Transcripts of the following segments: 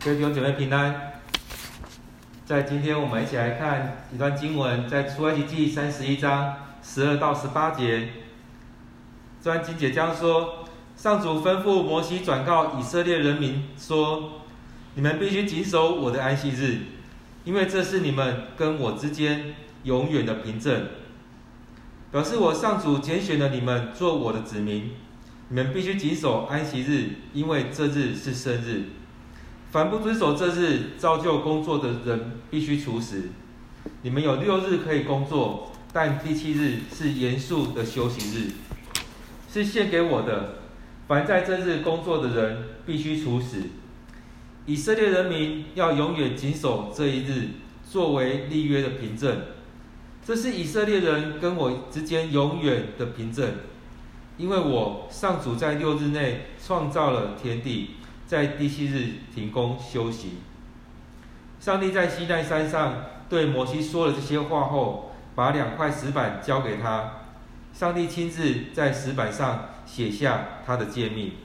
各位弟兄姐妹平安。在今天我们一起来看一段经文，在出埃及记31章12到18节。这段经节这样说：上主吩咐摩西转告以色列人民说：你们必须谨守我的安息日，因为这是你们跟我之间永远的凭证，表示我上主拣选了你们做我的子民。你们必须谨守安息日，因为这日是圣日。凡不遵守这日，照旧工作的人必须处死。你们有6日可以工作，但第7日是严肃的休息日，是献给我的。凡在这日工作的人必须处死。以色列人民要永远谨守这一日，作为立约的凭证。这是以色列人跟我之间永远的凭证，因为我上主在6日内创造了天地，在第7日停工休息。上帝在西奈山上对摩西说了这些话后，把2块石板交给他。上帝亲自在石板上写下他的诫命。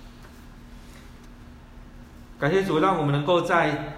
感谢主，让我们能够在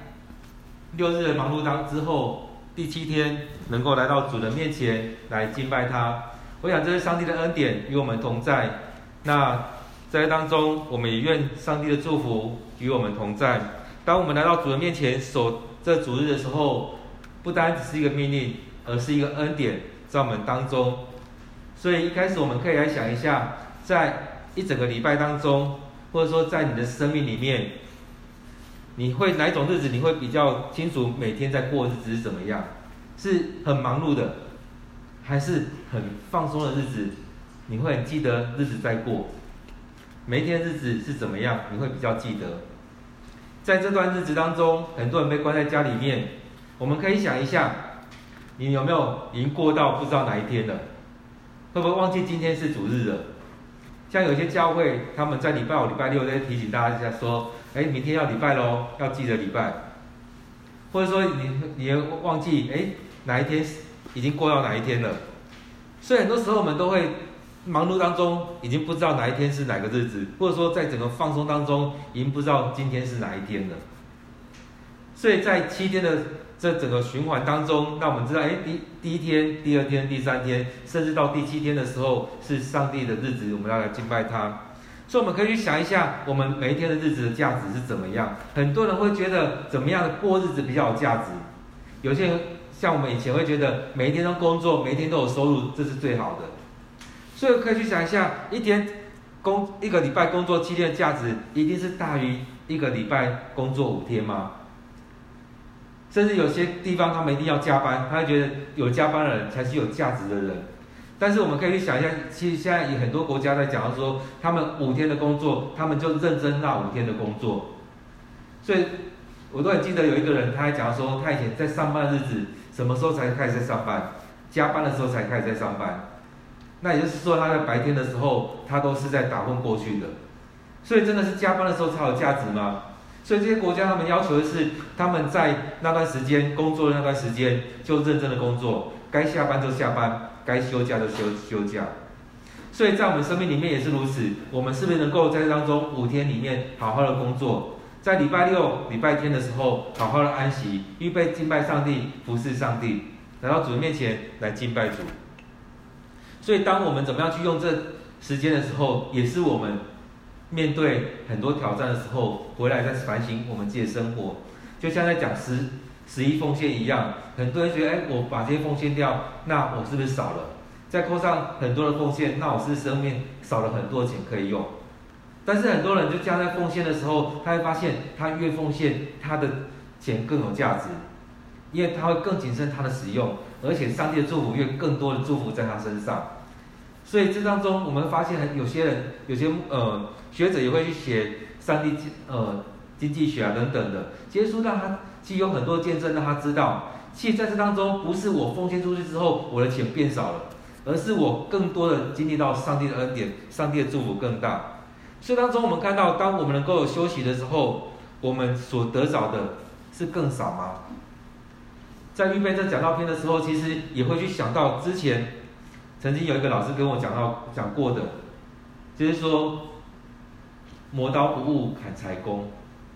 6日的忙碌之后，第7天能够来到主的面前来敬拜他。我想这是上帝的恩典与我们同在。那在当中，我们也愿上帝的祝福与我们同在。当我们来到主的面前守这主日的时候，不单只是一个命令，而是一个恩典在我们当中。所以一开始我们可以来想一下，在一整个礼拜当中，或者说在你的生命里面，你会哪一种日子你会比较清楚每天在过日子是怎么样？是很忙碌的，还是很放松的日子？你会很记得日子在过，每一天日子是怎么样，你会比较记得。在这段日子当中，很多人被关在家里面，我们可以想一下，你有没有已经过到不知道哪一天了？会不会忘记今天是主日了？像有些教会，他们在礼拜5、礼拜6在提醒大家说，明天要礼拜咯，要记得礼拜。或者说你也忘记，哪一天已经过到哪一天了？所以很多时候我们都会忙碌当中，已经不知道哪一天是哪个日子，或者说在整个放松当中，已经不知道今天是哪一天了。所以在7天的这整个循环当中，让我们知道，第1天、第2天、第3天，甚至到第7天的时候，是上帝的日子，我们要来敬拜他。所以我们可以去想一下，我们每一天的日子的价值是怎么样。很多人会觉得怎么样的过日子比较有价值，有些人像我们以前会觉得每一天都工作，每一天都有收入，这是最好的。所以可以去想一下，一个礼拜工作7天的价值，一定是大于一个礼拜工作5天吗？甚至有些地方他们一定要加班，他会觉得有加班的人才是有价值的人。但是我们可以去想一下，其实现在有很多国家在讲到说，他们5天的工作，他们就认真那5天的工作。所以我都很记得有一个人，他还讲说，他以前在上班的日子，什么时候才开始在上班？加班的时候才开始在上班。那也就是说，他在白天的时候，他都是在打混过去的。所以真的是加班的时候才有价值吗？所以这些国家他们要求的是，他们在那段时间工作的那段时间就认真的工作，该下班就下班，该休假就休假。所以在我们生命里面也是如此，我们是不是能够在这当中5天里面好好的工作，在礼拜6、礼拜天的时候好好的安息，预备敬拜上帝，服侍上帝，来到主的面前来敬拜主。所以当我们怎么样去用这时间的时候，也是我们面对很多挑战的时候，回来再反省我们自己的生活。就像在讲11奉献一样，很多人觉得，我把这些奉献掉，那我是不是少了？再扣上很多的奉献，那我是不是生命少了很多钱可以用？但是很多人就这样在奉献的时候，他会发现，他越奉献，他的钱更有价值，因为他会更谨慎他的使用，而且上帝的祝福越更多的祝福在他身上。所以这当中，我们发现有些学者也会去写上帝经济学等等的，耶稣让他其实有很多见证，让他知道，其实在这当中不是我奉献出去之后我的钱变少了，而是我更多的经历到上帝的恩典，上帝的祝福更大。所以当中我们看到，当我们能够有休息的时候，我们所得着的是更少吗？在预备这讲道篇的时候，其实也会去想到之前曾经有一个老师跟我讲过的，就是说磨刀不误砍柴工。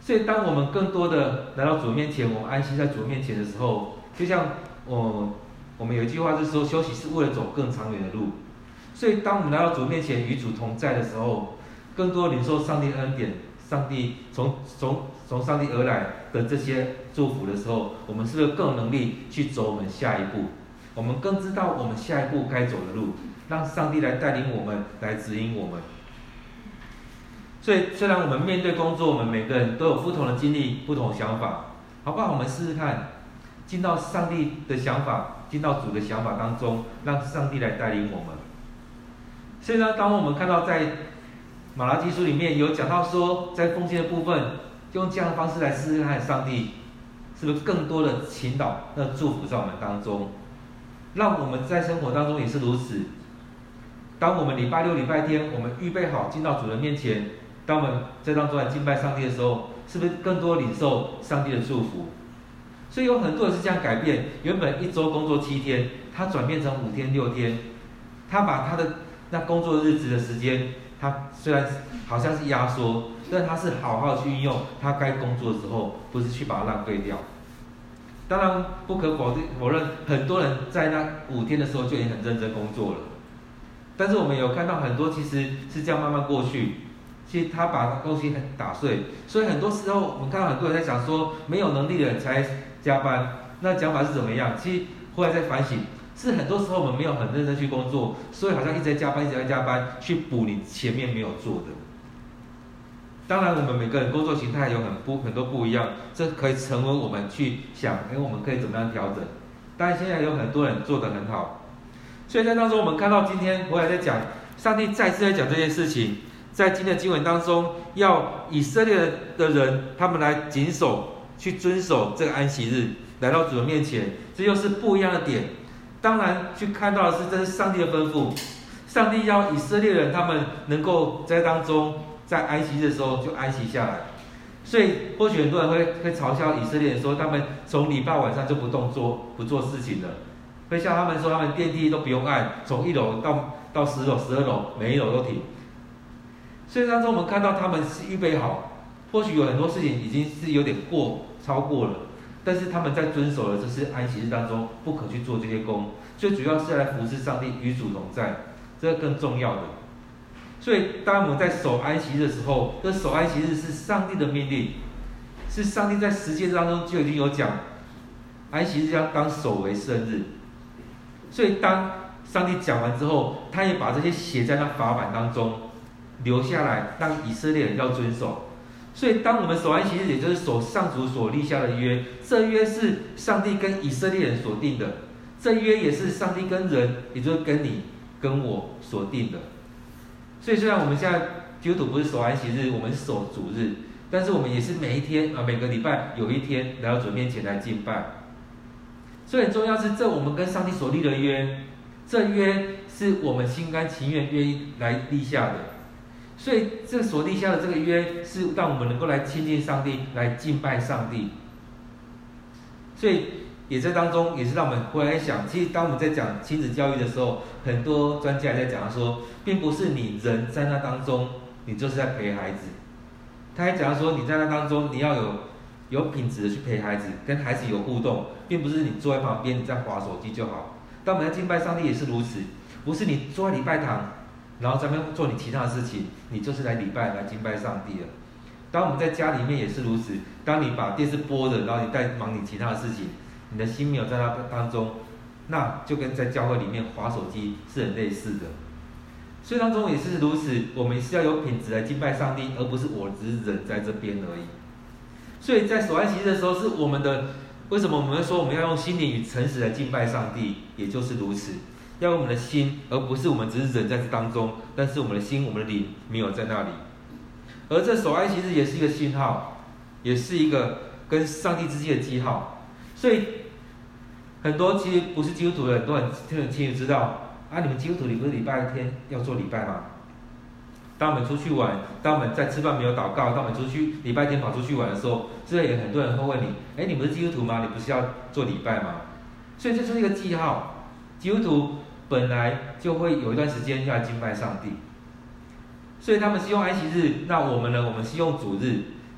所以当我们更多的来到主面前，我们安息在主面前的时候，就像我们有一句话是说，休息是为了走更长远的路。所以当我们来到主面前与主同在的时候，更多领受上帝恩典，上帝从上帝而来的这些祝福的时候，我们是不是更有能力去走我们下一步？我们更知道我们下一步该走的路，让上帝来带领我们，来指引我们。所以虽然我们面对工作，我们每个人都有不同的经历、不同的想法，好不好？我们试试看，进到上帝的想法，进到主的想法当中，让上帝来带领我们。所以呢，当我们看到在马拉基书里面有讲到说，在奉献的部分，用这样的方式来试试看上帝是不是更多的倾倒、那祝福在我们当中，让我们在生活当中也是如此。当我们礼拜六、礼拜天，我们预备好进到主人面前，当我们在当中来敬拜上帝的时候，是不是更多领受上帝的祝福？所以有很多人是这样改变，原本一周工作7天，他转变成5天、6天，他把他的那工作日子的时间，他虽然好像是压缩，但他是好好去运用他该工作的时候，不是去把它浪费掉。当然不可否认，很多人在那5天的时候就已经很认真工作了，但是我们有看到很多其实是这样慢慢过去，其实他把东西很打碎，所以很多时候我们看到很多人在讲说，没有能力的人才加班，那讲法是怎么样？其实后来在反省，是很多时候我们没有很认真去工作，所以好像一直在加班，一直在加班，去补你前面没有做的。当然，我们每个人工作形态有很多不一样，这可以成为我们去想，我们可以怎么样调整。当然，现在有很多人做得很好，所以在当中我们看到今天我也在讲，上帝再次在讲这件事情，在今天的经文当中，要以色列的人他们来谨守、去遵守这个安息日，来到主的面前，这又是不一样的点。当然，去看到的是这是上帝的吩咐，上帝要以色列人他们能够在当中。在安息日的时候就安息下来，所以或许很多人会嘲笑以色列人说，他们从礼拜晚上就不做事情了，会像他们说，他们电梯都不用按，从1楼到10楼、12楼，每一楼都停。所以当中我们看到他们是预备好，或许有很多事情已经是有点超过了，但是他们在遵守了这是安息日当中不可去做这些工，最主要是来服侍上帝，与主同在，这个更重要的。所以，当我们在守安息日的时候，这守安息日是上帝的命令，是上帝在十诫当中就已经有讲，安息日要当守为圣日。所以，当上帝讲完之后，他也把这些写在那法版当中留下来，让以色列人要遵守。所以，当我们守安息日，也就是守上主所立下的约，这约是上帝跟以色列人所定的，这约也是上帝跟人，也就是跟你跟我所定的。所以，虽然我们现在基督徒不是守安息日，我们是守主日，但是我们也是每一天每个礼拜有一天来到主面前来敬拜。所以很重要是，这我们跟上帝所立的约，这约是我们心甘情愿愿意来立下的。所以，这所立下的这个约，是让我们能够来亲近上帝，来敬拜上帝。所以，也在当中，也是让我们回来想，其实当我们在讲亲子教育的时候，很多专家也在讲说，并不是你人在那当中，你就是在陪孩子。他还讲说，你在那当中，你要有品质的去陪孩子，跟孩子有互动，并不是你坐在旁边你在滑手机就好。当我们在敬拜上帝也是如此，不是你坐在礼拜堂，然后在那边做你其他的事情，你就是来礼拜来敬拜上帝了。当我们在家里面也是如此，当你把电视播着，然后你在忙你其他的事情，你的心没有在那当中，那就跟在教会里面滑手机是很类似的。所以当中也是如此，我们是要有品质来敬拜上帝，而不是我只是人在这边而已。所以在守安息日的时候，是我们的，为什么我们会说我们要用心灵与诚实来敬拜上帝？也就是如此，要用我们的心，而不是我们只是人在这当中，但是我们的心、我们的灵没有在那里。而这守安息日也是一个信号，也是一个跟上帝之间的记号。所以很多其实不是基督徒的人都很清楚知道。你们基督徒你不是礼拜天要做礼拜吗？当我们出去玩，当我们在吃饭没有祷告，当我们出去礼拜天跑出去玩的时候，这也很多人会问你：你不是基督徒吗？你不是要做礼拜吗？所以这就是一个记号。基督徒本来就会有一段时间要敬拜上帝，所以他们是用安息日，那我们呢？我们是用主日。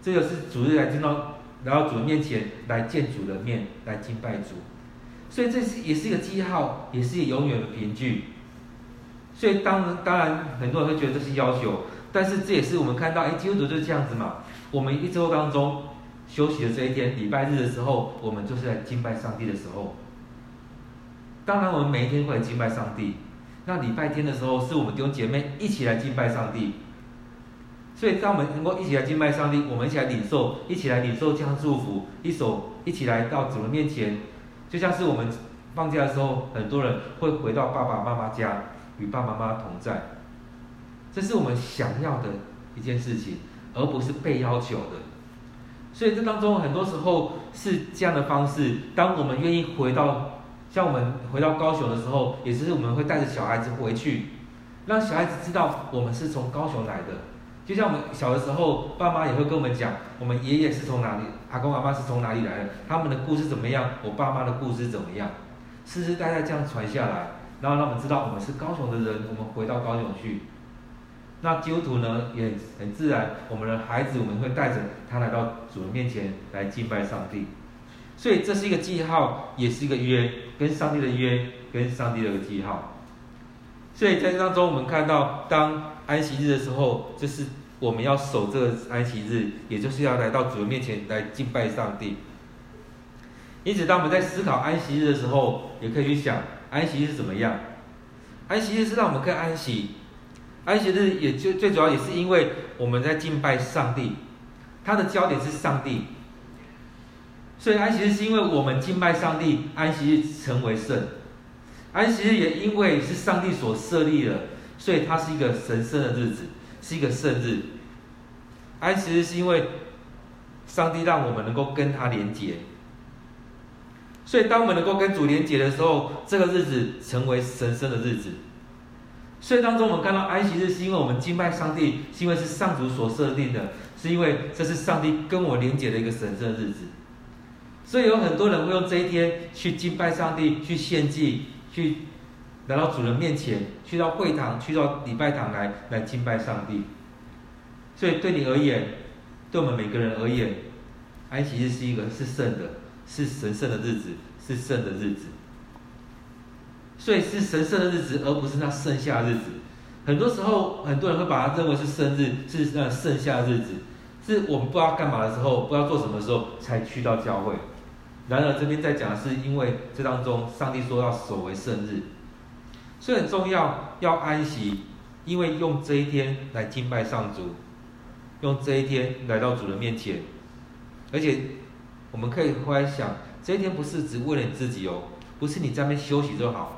这个是主日来到主的面前来见主的面，来敬拜主。所以也是一个记号，也是一个永远的凭据。所以当然很多人会觉得这是要求，但是这也是我们看到，基督徒就是这样子嘛。我们一周当中休息的这一天，礼拜日的时候，我们就是来敬拜上帝的时候。当然，我们每一天会来敬拜上帝。那礼拜天的时候，是我们弟兄姐妹一起来敬拜上帝。所以，当我们能够一起来敬拜上帝，我们一起来领受这样祝福，一起来到主的面前，就像是我们放假的时候，很多人会回到爸爸妈妈家，与爸爸妈妈同在。这是我们想要的一件事情，而不是被要求的。所以这当中很多时候是这样的方式。当我们愿意像我们回到高雄的时候，也是我们会带着小孩子回去，让小孩子知道我们是从高雄来的。就像我们小的时候，爸妈也会跟我们讲，我们爷爷是从哪里，阿公阿妈是从哪里来的，他们的故事怎么样，我爸妈的故事怎么样，世世代代这样传下来，然后让我们知道我们是高雄的人，我们回到高雄去。那基督徒呢，也很自然，我们的孩子，我们会带着他来到主的面前来敬拜上帝。所以这是一个记号，也是一个约，跟上帝的约，跟上帝的一个记号。所以在这当中，我们看到，当安息日的时候，就是我们要守这个安息日，也就是要来到主的面前来敬拜上帝。因此，当我们在思考安息日的时候，也可以去想安息日是怎么样。安息日是让我们可以安息。安息日也就最主要也是因为我们在敬拜上帝，它的焦点是上帝，所以安息日是因为我们敬拜上帝，安息日成为圣。安息日也因为是上帝所设立的，所以它是一个神圣的日子，是一个圣日。安息日是因为上帝让我们能够跟他连结，所以当我们能够跟主连结的时候，这个日子成为神圣的日子。所以当中我们看到安息日是因为我们敬拜上帝，是因为是上主所设定的，是因为这是上帝跟我连结的一个神圣的日子。所以有很多人会用这一天去敬拜上帝，去献祭，去来到主人面前，去到会堂，去到礼拜堂来敬拜上帝。所以对你而言，对我们每个人而言，安息日是圣的，是神圣的日子，是圣的日子。所以是神圣的日子，而不是那剩下的日子。很多时候，很多人会把它认为是生日，是那剩下的日子，是我们不知道干嘛的时候，不知道做什么的时候才去到教会。然而这边在讲的是，因为这当中上帝说要守为圣日，所以很重要，要安息，因为用这一天来敬拜上主，用这一天来到主的面前。而且我们可以回来想，这一天不是只为了你自己哦，不是你在那边休息就好。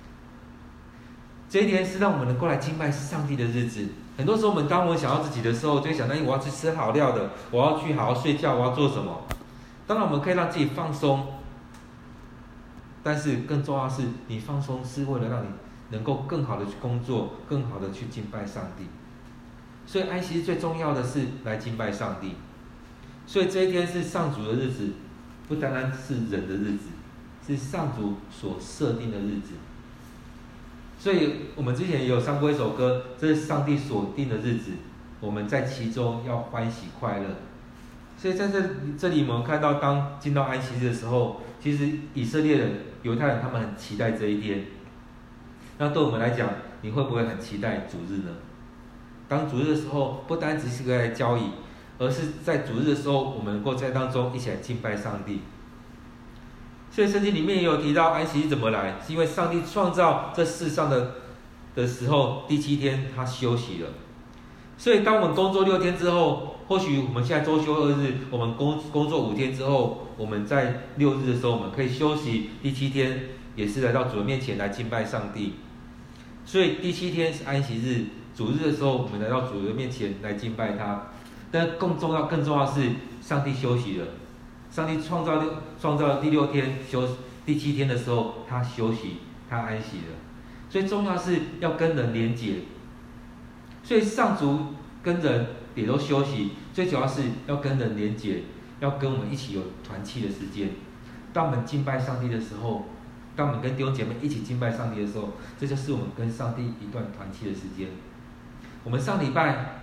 这一天是让我们能够来敬拜上帝的日子。很多时候，当我们想到自己的时候，就会想到，我要去吃好料的，我要去好好睡觉，我要做什么？当然，我们可以让自己放松，但是更重要的是，你放松是为了让你能够更好的去工作，更好的去敬拜上帝。所以安息日最重要的是来敬拜上帝。所以这一天是上主的日子，不单单是人的日子，是上主所设定的日子。所以我们之前也有唱过一首歌，这是上帝所定的日子，我们在其中要欢喜快乐。所以在这里我们看到，当进到安息日的时候，其实以色列人、犹太人他们很期待这一天。那对我们来讲，你会不会很期待主日呢？当主日的时候，不单只是个来交易，而是在主日的时候，我们能够在当中一起来敬拜上帝。所以圣经里面也有提到安息日怎么来，是因为上帝创造这世上的时候，第7天他休息了。所以当我们工作6天之后，或许我们现在周休2日，我们工作5天之后，我们在6日的时候，我们可以休息。第7天也是来到主的面前来敬拜上帝。所以第7天是安息日，主日的时候，我们来到主的面前来敬拜他。但更重要的是，上帝休息了。上帝创造了第6天第7天的时候，他休息，他安息了。所以重要是要跟人连结。所以上主跟人也都休息，最主要是要跟人连结，要跟我们一起有团契的时间。当我们敬拜上帝的时候，当我们跟弟兄姐妹一起敬拜上帝的时候，这就是我们跟上帝一段团契的时间。我们上礼拜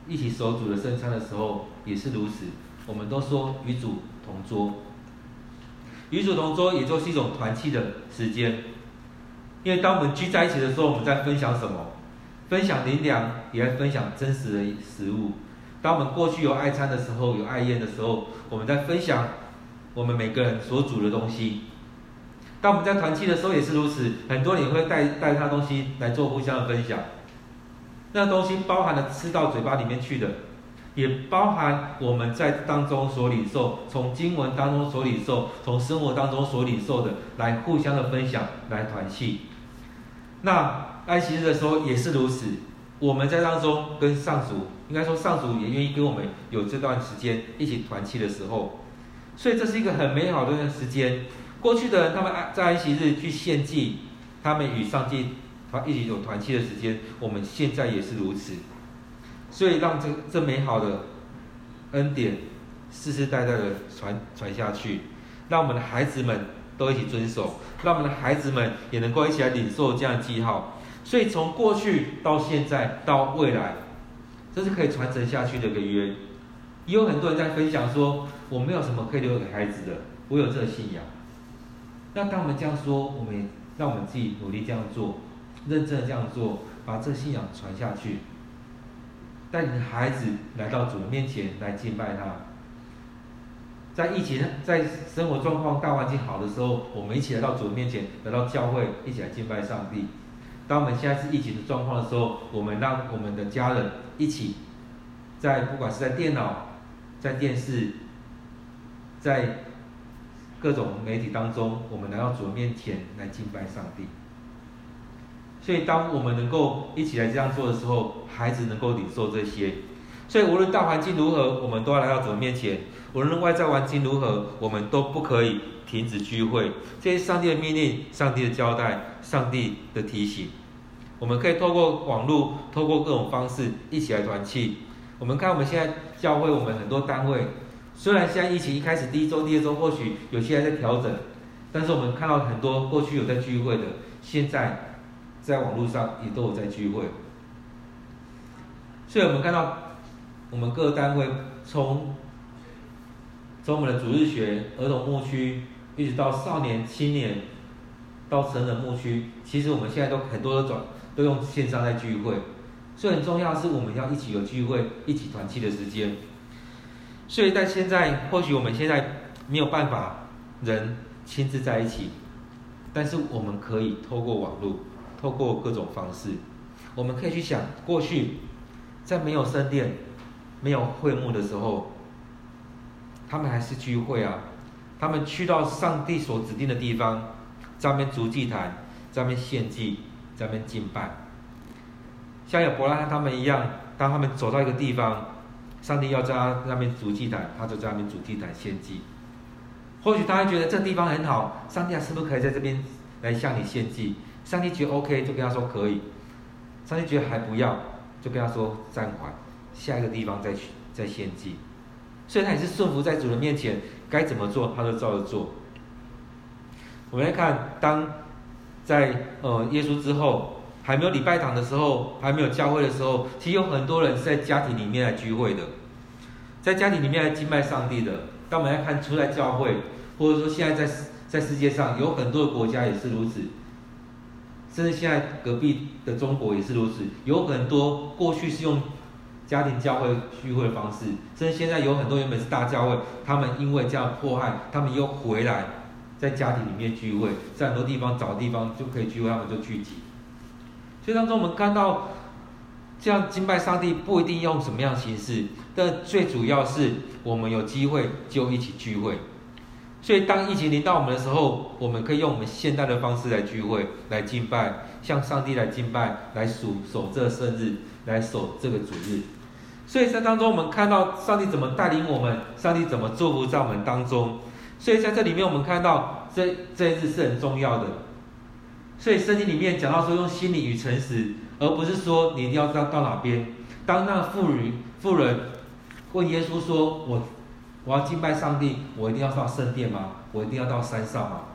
一起守主的圣餐的时候也是如此。我们都说与主同桌，与主同桌也就是一种团契的时间。因为当我们聚在一起的时候，我们在分享什么？分享灵粮，也在分享真实的食物。当我们过去有爱餐的时候，有爱宴的时候，我们在分享我们每个人所煮的东西。当我们在团契的时候也是如此，很多人也会带他东西来做互相的分享。那东西包含了吃到嘴巴里面去的，也包含我们在当中所领受，从经文当中所领受，从生活当中所领受的，来互相的分享，来团契。那安息日的时候也是如此，我们在当中跟上主，应该说上主也愿意跟我们有这段时间一起团契的时候，所以这是一个很美好的时间。过去的人他们在安息日去献祭，他们与上帝一起有团契的时间，我们现在也是如此。所以让这美好的恩典世世代代的传下去，让我们的孩子们都一起遵守，让我们的孩子们也能够一起来领受这样的记号。所以从过去到现在到未来，这是可以传承下去的一个约。也有很多人在分享说，我没有什么可以留给孩子的，我有这个信仰。那当我们这样说，我们也让我们自己努力这样做，认真的这样做，把这个信仰传下去，带领孩子来到主的面前来敬拜他。在疫情、在生活状况、大环境好的时候，我们一起来到主的面前，来到教会，一起来敬拜上帝。当我们现在是疫情的状况的时候，我们让我们的家人一起，不管是在电脑、在电视、在各种媒体当中，我们来到主的面前来敬拜上帝。所以当我们能够一起来这样做的时候，孩子能够领受这些。所以无论大环境如何，我们都要来到主的面前。无论外在环境如何，我们都不可以停止聚会。这些上帝的命令、上帝的交代、上帝的提醒，我们可以透过网络、透过各种方式一起来团契。我们看我们现在教会，我们很多单位，虽然现在疫情一开始第一周、第二周或许有些还在调整，但是我们看到很多过去有在聚会的，现在在网络上也都有在聚会。所以我们看到我们各单位从我们的主日学、儿童牧区，一直到少年、青年，到成人牧区，其实我们现在都很多都用线上在聚会。所以很重要的是我们要一起有聚会、一起团契的时间。所以在现在，或许我们现在没有办法人亲自在一起，但是我们可以透过网络，透过各种方式，我们可以去想过去在没有圣殿、没有会幕的时候，他们还是聚会啊，他们去到上帝所指定的地方，在那边筑祭坛，在那边献祭，在那边敬拜。像亚伯拉罕他们一样，当他们走到一个地方，上帝要在他那边筑祭坛，他就在那边筑祭坛献祭。或许他会觉得这地方很好，上帝是不是可以在这边来向你献祭？上帝觉得 OK， 就跟他说可以。上帝觉得还不要，就跟他说暂缓，下一个地方再献祭。所以他也是顺服在主的面前，该怎么做他就照着做。我们来看，当在耶稣之后，还没有礼拜堂的时候，还没有教会的时候，其实有很多人是在家庭里面来聚会的，在家庭里面来敬拜上帝的。当我们来看出来教会，或者说现在在世界上有很多的国家也是如此，甚至现在隔壁的中国也是如此，有很多过去是用家庭教会聚会的方式，甚至现在有很多原本是大教会，他们因为这样迫害，他们又回来在家庭里面聚会，在很多地方找地方就可以聚会，他们就聚集。所以当中我们看到这样敬拜上帝不一定用什么样的形式，但最主要是我们有机会就一起聚会。所以当疫情临到我们的时候，我们可以用我们现代的方式来聚会，来敬拜，向上帝来敬拜，来守这个圣日，来守这个主日。所以在当中我们看到上帝怎么带领我们，上帝怎么祝福在我们当中。所以在这里面我们看到这一日是很重要的。所以圣经里面讲到说用心理与诚实，而不是说你一定要到哪边。当那妇人问耶稣说我要敬拜上帝，我一定要到圣殿吗？我一定要到山上吗？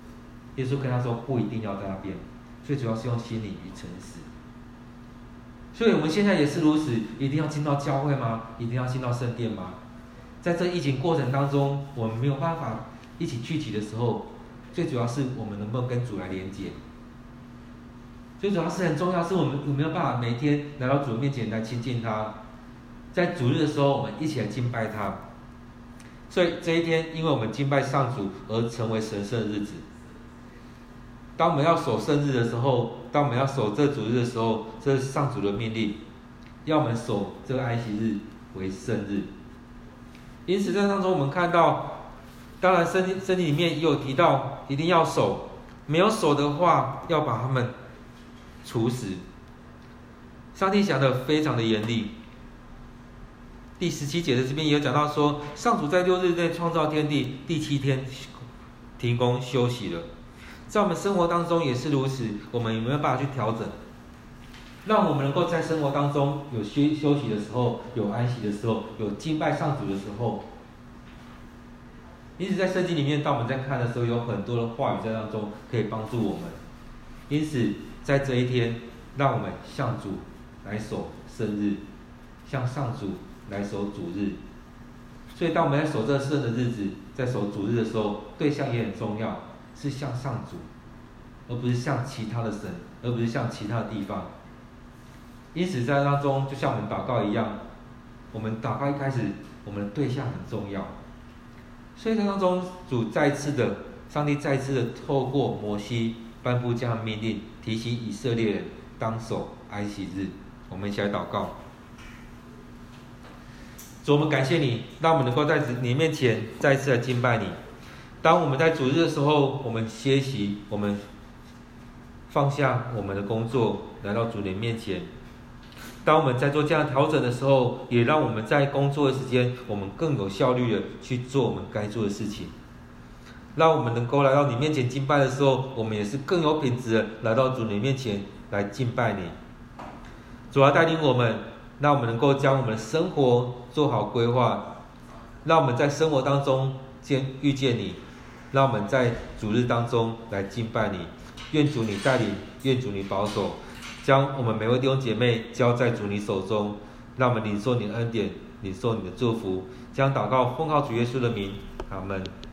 耶稣跟他说不一定要在那边，最主要是用心理与诚实。 所以我们现在也是如此，一定要进到教会吗？一定要进到圣殿吗？在这疫情过程当中，我们没有办法一起聚集的时候，最主要是我们能不能跟主来连接？最主要是很重要，是我们有没有办法每天来到主面前来亲近他，在主日的时候，我们一起来敬拜他。所以这一天，因为我们敬拜上主而成为神圣的日子。当我们要守圣日的时候，当我们要守这主日的时候，这是上主的命令，要我们守这个安息日为圣日。因此在当中我们看到，当然圣经里面也有提到一定要守，没有守的话要把他们处死。上帝讲得非常的严厉。第17节的这边也有讲到说，上主在6日内创造天地，第7天停工休息了。在我们生活当中也是如此，我们有没有办法去调整，让我们能够在生活当中有休息的时候，有安息的时候，有敬拜上主的时候。因此在圣经里面，当我们在看的时候，有很多的话语在当中可以帮助我们。因此在这一天，让我们向主来守圣日，向上主来守主日。所以当我们在守这圣的日子，在守主日的时候，对象也很重要，是向上主，而不是向其他的神，而不是向其他的地方。因此在当中，就像我们祷告一样，我们祷告一开始，我们的对象很重要。所以在当中，上帝再次的透过摩西颁布这样的命令，提醒以色列人当守安息日。我们一起来祷告。主，我们感谢你，让我们能够在你面前再次的敬拜你。当我们在主日的时候，我们歇息，我们放下我们的工作，来到主人面前。当我们在做这样调整的时候，也让我们在工作的时间，我们更有效率的去做我们该做的事情。让我们能够来到你面前敬拜的时候，我们也是更有品质的来到主你面前来敬拜你。主要带领我们，让我们能够将我们的生活做好规划，让我们在生活当中遇见你，让我们在主日当中来敬拜你。愿主你带领，愿主你保守，将我们每位弟兄姐妹交在主你手中，让我们领受你的恩典，领受你的祝福。将祷告奉靠主耶稣的名，阿们。